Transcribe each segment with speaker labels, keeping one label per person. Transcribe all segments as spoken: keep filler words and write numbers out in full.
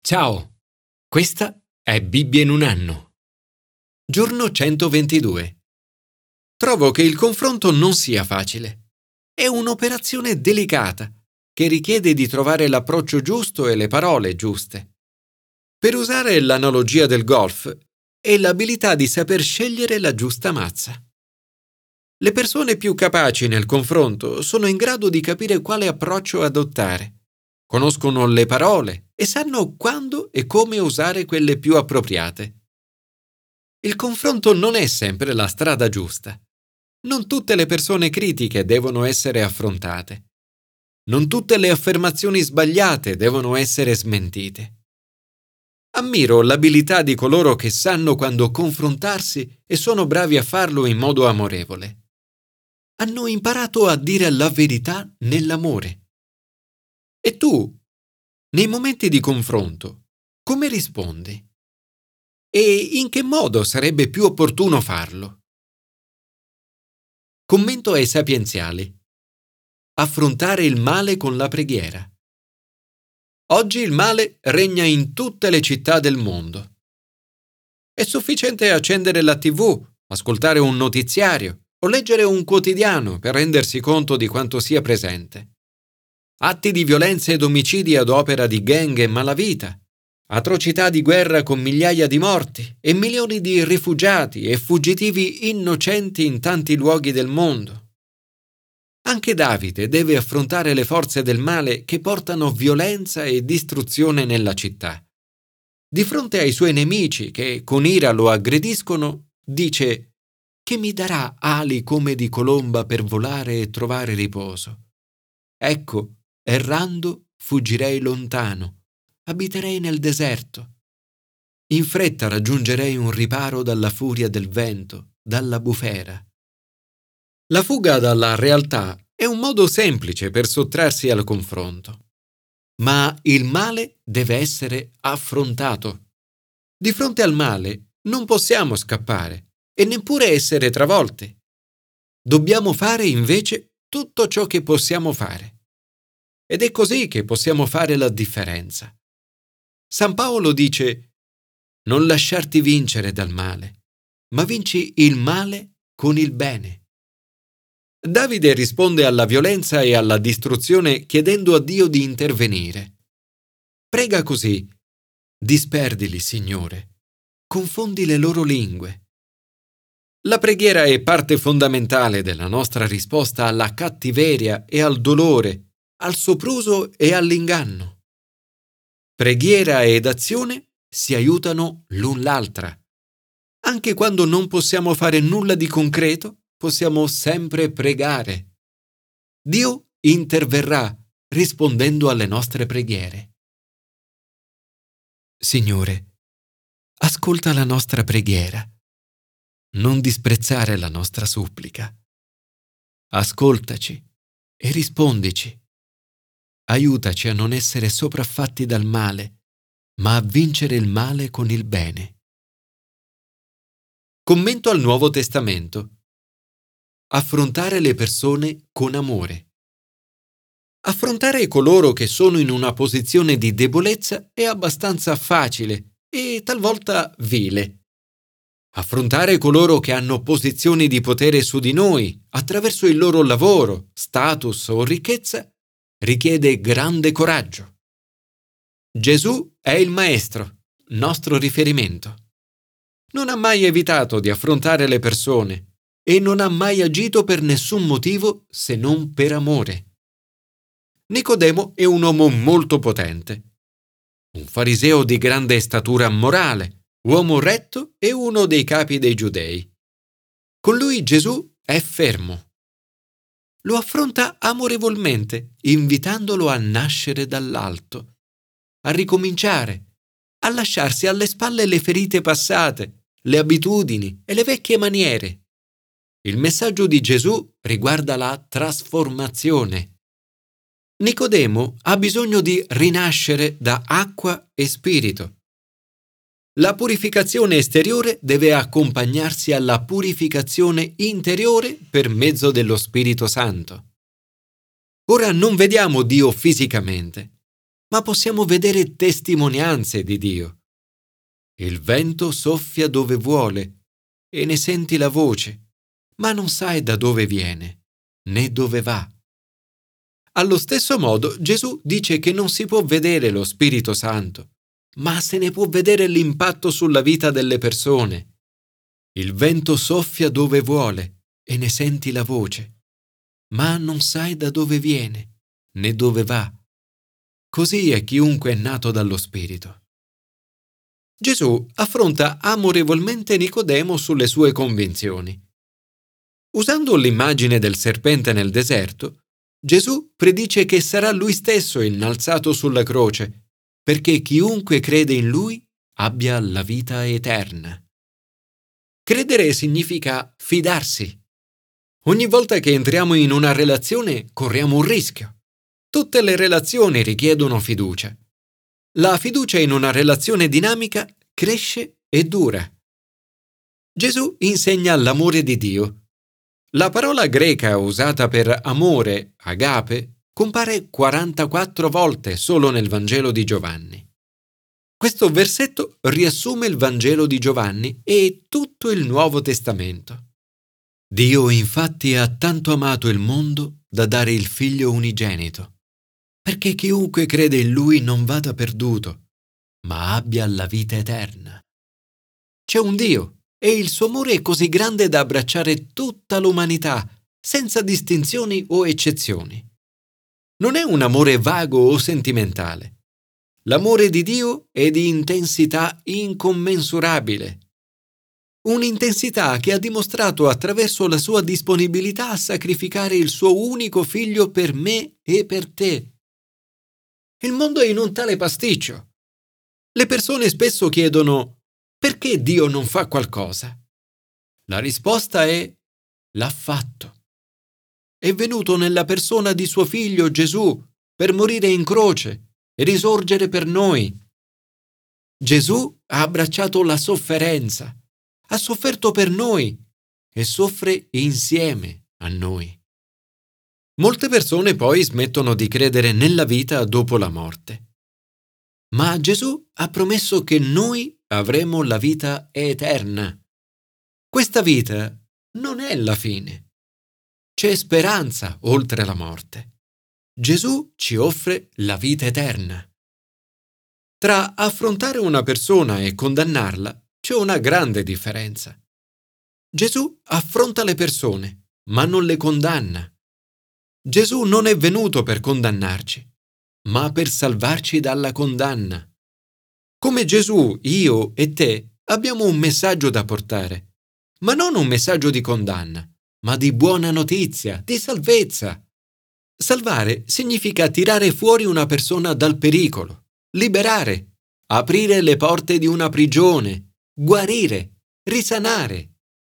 Speaker 1: Ciao, questa è Bibbia in un anno. Giorno centoventidue. Trovo che il confronto non sia facile. È un'operazione delicata che richiede di trovare l'approccio giusto e le parole giuste. Per usare l'analogia del golf, è l'abilità di saper scegliere la giusta mazza. Le persone più capaci nel confronto sono in grado di capire quale approccio adottare. Conoscono le parole e sanno quando e come usare quelle più appropriate. Il confronto non è sempre la strada giusta. Non tutte le persone critiche devono essere affrontate. Non tutte le affermazioni sbagliate devono essere smentite. Ammiro l'abilità di coloro che sanno quando confrontarsi e sono bravi a farlo in modo amorevole. Hanno imparato a dire la verità nell'amore. E tu, nei momenti di confronto, come rispondi? E in che modo sarebbe più opportuno farlo? Commento ai sapienziali. Affrontare il male con la preghiera. Oggi il male regna in tutte le città del mondo. È sufficiente accendere la tivù, ascoltare un notiziario o leggere un quotidiano per rendersi conto di quanto sia presente. Atti di violenza ed omicidi ad opera di gang e malavita, atrocità di guerra con migliaia di morti e milioni di rifugiati e fuggitivi innocenti in tanti luoghi del mondo. Anche Davide deve affrontare le forze del male che portano violenza e distruzione nella città. Di fronte ai suoi nemici che con ira lo aggrediscono, dice: «Che mi darà ali come di colomba per volare e trovare riposo? Ecco, errando fuggirei lontano, abiterei nel deserto. In fretta raggiungerei un riparo dalla furia del vento, dalla bufera». La fuga dalla realtà è un modo semplice per sottrarsi al confronto. Ma il male deve essere affrontato. Di fronte al male non possiamo scappare e neppure essere travolti. Dobbiamo fare invece tutto ciò che possiamo fare. Ed è così che possiamo fare la differenza. San Paolo dice: «Non lasciarti vincere dal male, ma vinci il male con il bene». Davide risponde alla violenza e alla distruzione chiedendo a Dio di intervenire. Prega così: «Disperdili, Signore, confondi le loro lingue». La preghiera è parte fondamentale della nostra risposta alla cattiveria e al dolore, al sopruso e all'inganno. Preghiera ed azione si aiutano l'un l'altra. Anche quando non possiamo fare nulla di concreto, possiamo sempre pregare. Dio interverrà rispondendo alle nostre preghiere. Signore, ascolta la nostra preghiera. Non disprezzare la nostra supplica. Ascoltaci e rispondici. Aiutaci a non essere sopraffatti dal male, ma a vincere il male con il bene. Commento al Nuovo Testamento. Affrontare le persone con amore. Affrontare coloro che sono in una posizione di debolezza è abbastanza facile e talvolta vile. Affrontare coloro che hanno posizioni di potere su di noi attraverso il loro lavoro, status o ricchezza richiede grande coraggio. Gesù è il Maestro, nostro riferimento. Non ha mai evitato di affrontare le persone e non ha mai agito per nessun motivo se non per amore. Nicodemo è un uomo molto potente, un fariseo di grande statura morale, uomo retto e uno dei capi dei giudei. Con lui Gesù è fermo. Lo affronta amorevolmente, invitandolo a nascere dall'alto, a ricominciare, a lasciarsi alle spalle le ferite passate, le abitudini e le vecchie maniere. Il messaggio di Gesù riguarda la trasformazione. Nicodemo ha bisogno di rinascere da acqua e spirito. La purificazione esteriore deve accompagnarsi alla purificazione interiore per mezzo dello Spirito Santo. Ora non vediamo Dio fisicamente, ma possiamo vedere testimonianze di Dio. Il vento soffia dove vuole e ne senti la voce, ma non sai da dove viene, né dove va. Allo stesso modo, Gesù dice che non si può vedere lo Spirito Santo, ma se ne può vedere l'impatto sulla vita delle persone. Il vento soffia dove vuole e ne senti la voce, ma non sai da dove viene, né dove va. Così è chiunque è nato dallo Spirito. Gesù affronta amorevolmente Nicodemo sulle sue convinzioni. Usando l'immagine del serpente nel deserto, Gesù predice che sarà lui stesso innalzato sulla croce, perché chiunque crede in lui abbia la vita eterna. Credere significa fidarsi. Ogni volta che entriamo in una relazione corriamo un rischio. Tutte le relazioni richiedono fiducia. La fiducia in una relazione dinamica cresce e dura. Gesù insegna l'amore di Dio. La parola greca usata per amore, agape, compare quarantaquattro volte solo nel Vangelo di Giovanni. Questo versetto riassume il Vangelo di Giovanni e tutto il Nuovo Testamento. Dio infatti ha tanto amato il mondo da dare il Figlio unigenito, perché chiunque crede in Lui non vada perduto, ma abbia la vita eterna. C'è un Dio e il suo amore è così grande da abbracciare tutta l'umanità, senza distinzioni o eccezioni. Non è un amore vago o sentimentale. L'amore di Dio è di intensità incommensurabile. Un'intensità che ha dimostrato attraverso la sua disponibilità a sacrificare il suo unico figlio per me e per te. Il mondo è in un tale pasticcio. Le persone spesso chiedono: perché Dio non fa qualcosa? La risposta è: l'ha fatto. È venuto nella persona di suo figlio Gesù per morire in croce e risorgere per noi. Gesù ha abbracciato la sofferenza, ha sofferto per noi e soffre insieme a noi. Molte persone poi smettono di credere nella vita dopo la morte. Ma Gesù ha promesso che noi avremo la vita eterna. Questa vita non è la fine. C'è speranza oltre la morte. Gesù ci offre la vita eterna. Tra affrontare una persona e condannarla c'è una grande differenza. Gesù affronta le persone, ma non le condanna. Gesù non è venuto per condannarci, ma per salvarci dalla condanna. Come Gesù, io e te abbiamo un messaggio da portare, ma non un messaggio di condanna, ma di buona notizia, di salvezza. Salvare significa tirare fuori una persona dal pericolo, liberare, aprire le porte di una prigione, guarire, risanare.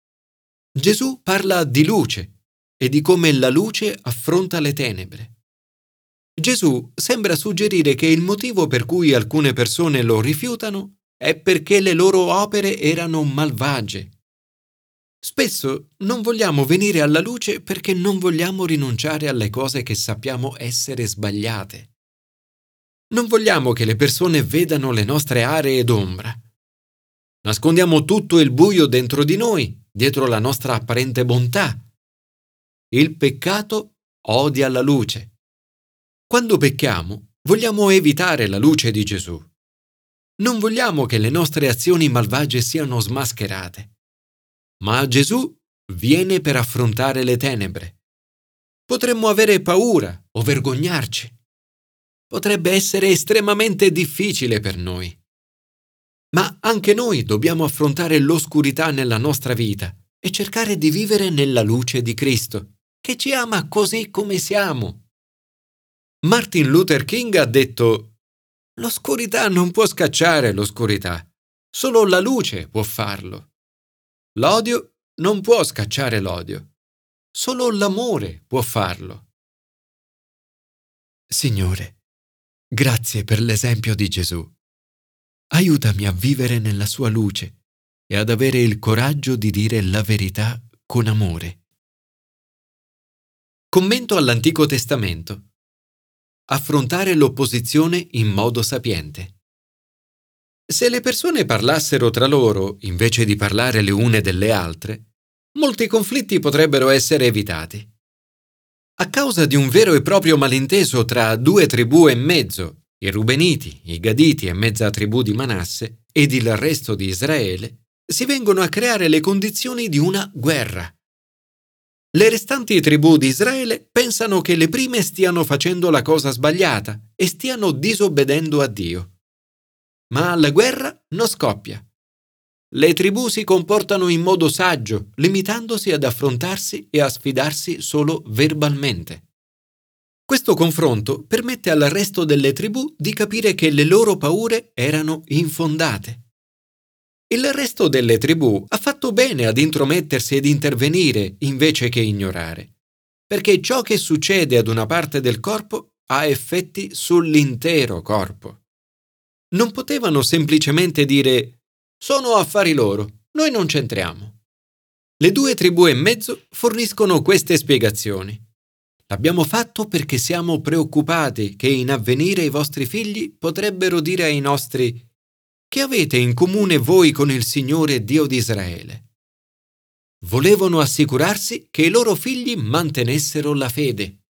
Speaker 1: Gesù parla di luce e di come la luce affronta le tenebre. Gesù sembra suggerire che il motivo per cui alcune persone lo rifiutano è perché le loro opere erano malvagie. Spesso non vogliamo venire alla luce perché non vogliamo rinunciare alle cose che sappiamo essere sbagliate. Non vogliamo che le persone vedano le nostre aree d'ombra. Nascondiamo tutto il buio dentro di noi, dietro la nostra apparente bontà. Il peccato odia la luce. Quando pecchiamo, vogliamo evitare la luce di Gesù. Non vogliamo che le nostre azioni malvagie siano smascherate. Ma Gesù viene per affrontare le tenebre. Potremmo avere paura o vergognarci. Potrebbe essere estremamente difficile per noi. Ma anche noi dobbiamo affrontare l'oscurità nella nostra vita e cercare di vivere nella luce di Cristo, che ci ama così come siamo. Martin Luther King ha detto: l'oscurità non può scacciare l'oscurità, solo la luce può farlo. L'odio non può scacciare l'odio, solo l'amore può farlo. Signore, grazie per l'esempio di Gesù. Aiutami a vivere nella sua luce e ad avere il coraggio di dire la verità con amore. Commento all'Antico Testamento. affrontare l'opposizione in modo sapiente. Se le persone parlassero tra loro invece di parlare le une delle altre, molti conflitti potrebbero essere evitati. A causa di un vero e proprio malinteso tra due tribù e mezzo, i Rubeniti, i Gaditi e mezza tribù di Manasse, ed il resto di Israele, si vengono a creare le condizioni di una guerra. Le restanti tribù di Israele pensano che le prime stiano facendo la cosa sbagliata e stiano disobbedendo a Dio. Ma la guerra non scoppia. Le tribù si comportano in modo saggio, limitandosi ad affrontarsi e a sfidarsi solo verbalmente. Questo confronto permette al resto delle tribù di capire che le loro paure erano infondate. Il resto delle tribù ha fatto bene ad intromettersi ed intervenire invece che ignorare, perché ciò che succede ad una parte del corpo ha effetti sull'intero corpo. Non potevano semplicemente dire «sono affari loro, noi non c'entriamo». Le due tribù e mezzo forniscono queste spiegazioni. L'abbiamo fatto perché siamo preoccupati che in avvenire i vostri figli potrebbero dire ai nostri «Che avete in comune voi con il Signore Dio di Israele?» Volevano assicurarsi che i loro figli mantenessero la fede.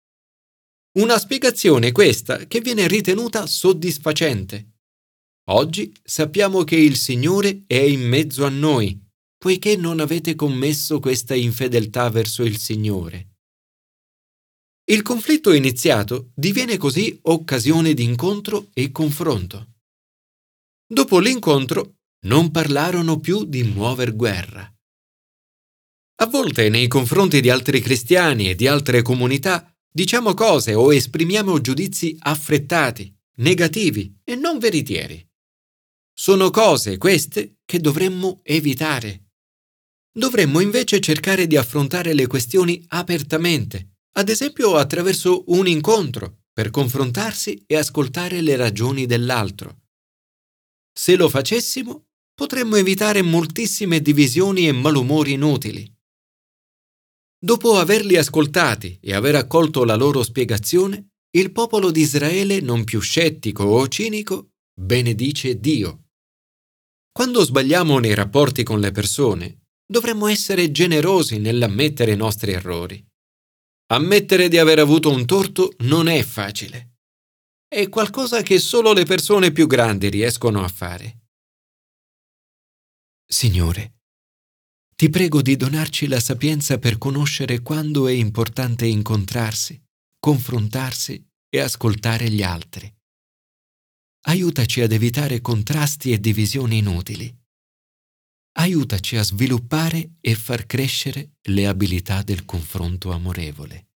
Speaker 1: Una spiegazione questa che viene ritenuta soddisfacente. Oggi sappiamo che il Signore è in mezzo a noi, poiché non avete commesso questa infedeltà verso il Signore. Il conflitto iniziato diviene così occasione di incontro e confronto. Dopo l'incontro non parlarono più di muover guerra. A volte nei confronti di altri cristiani e di altre comunità diciamo cose o esprimiamo giudizi affrettati, negativi e non veritieri. Sono cose queste che dovremmo evitare. Dovremmo invece cercare di affrontare le questioni apertamente, ad esempio attraverso un incontro, per confrontarsi e ascoltare le ragioni dell'altro. Se lo facessimo, potremmo evitare moltissime divisioni e malumori inutili. Dopo averli ascoltati e aver accolto la loro spiegazione, il popolo di Israele, non più scettico o cinico, benedice Dio. Quando sbagliamo nei rapporti con le persone, dovremmo essere generosi nell'ammettere i nostri errori. Ammettere di aver avuto un torto non è facile. È qualcosa che solo le persone più grandi riescono a fare. Signore, ti prego di donarci la sapienza per conoscere quando è importante incontrarsi, confrontarsi e ascoltare gli altri. Aiutaci ad evitare contrasti e divisioni inutili. Aiutaci a sviluppare e far crescere le abilità del confronto amorevole.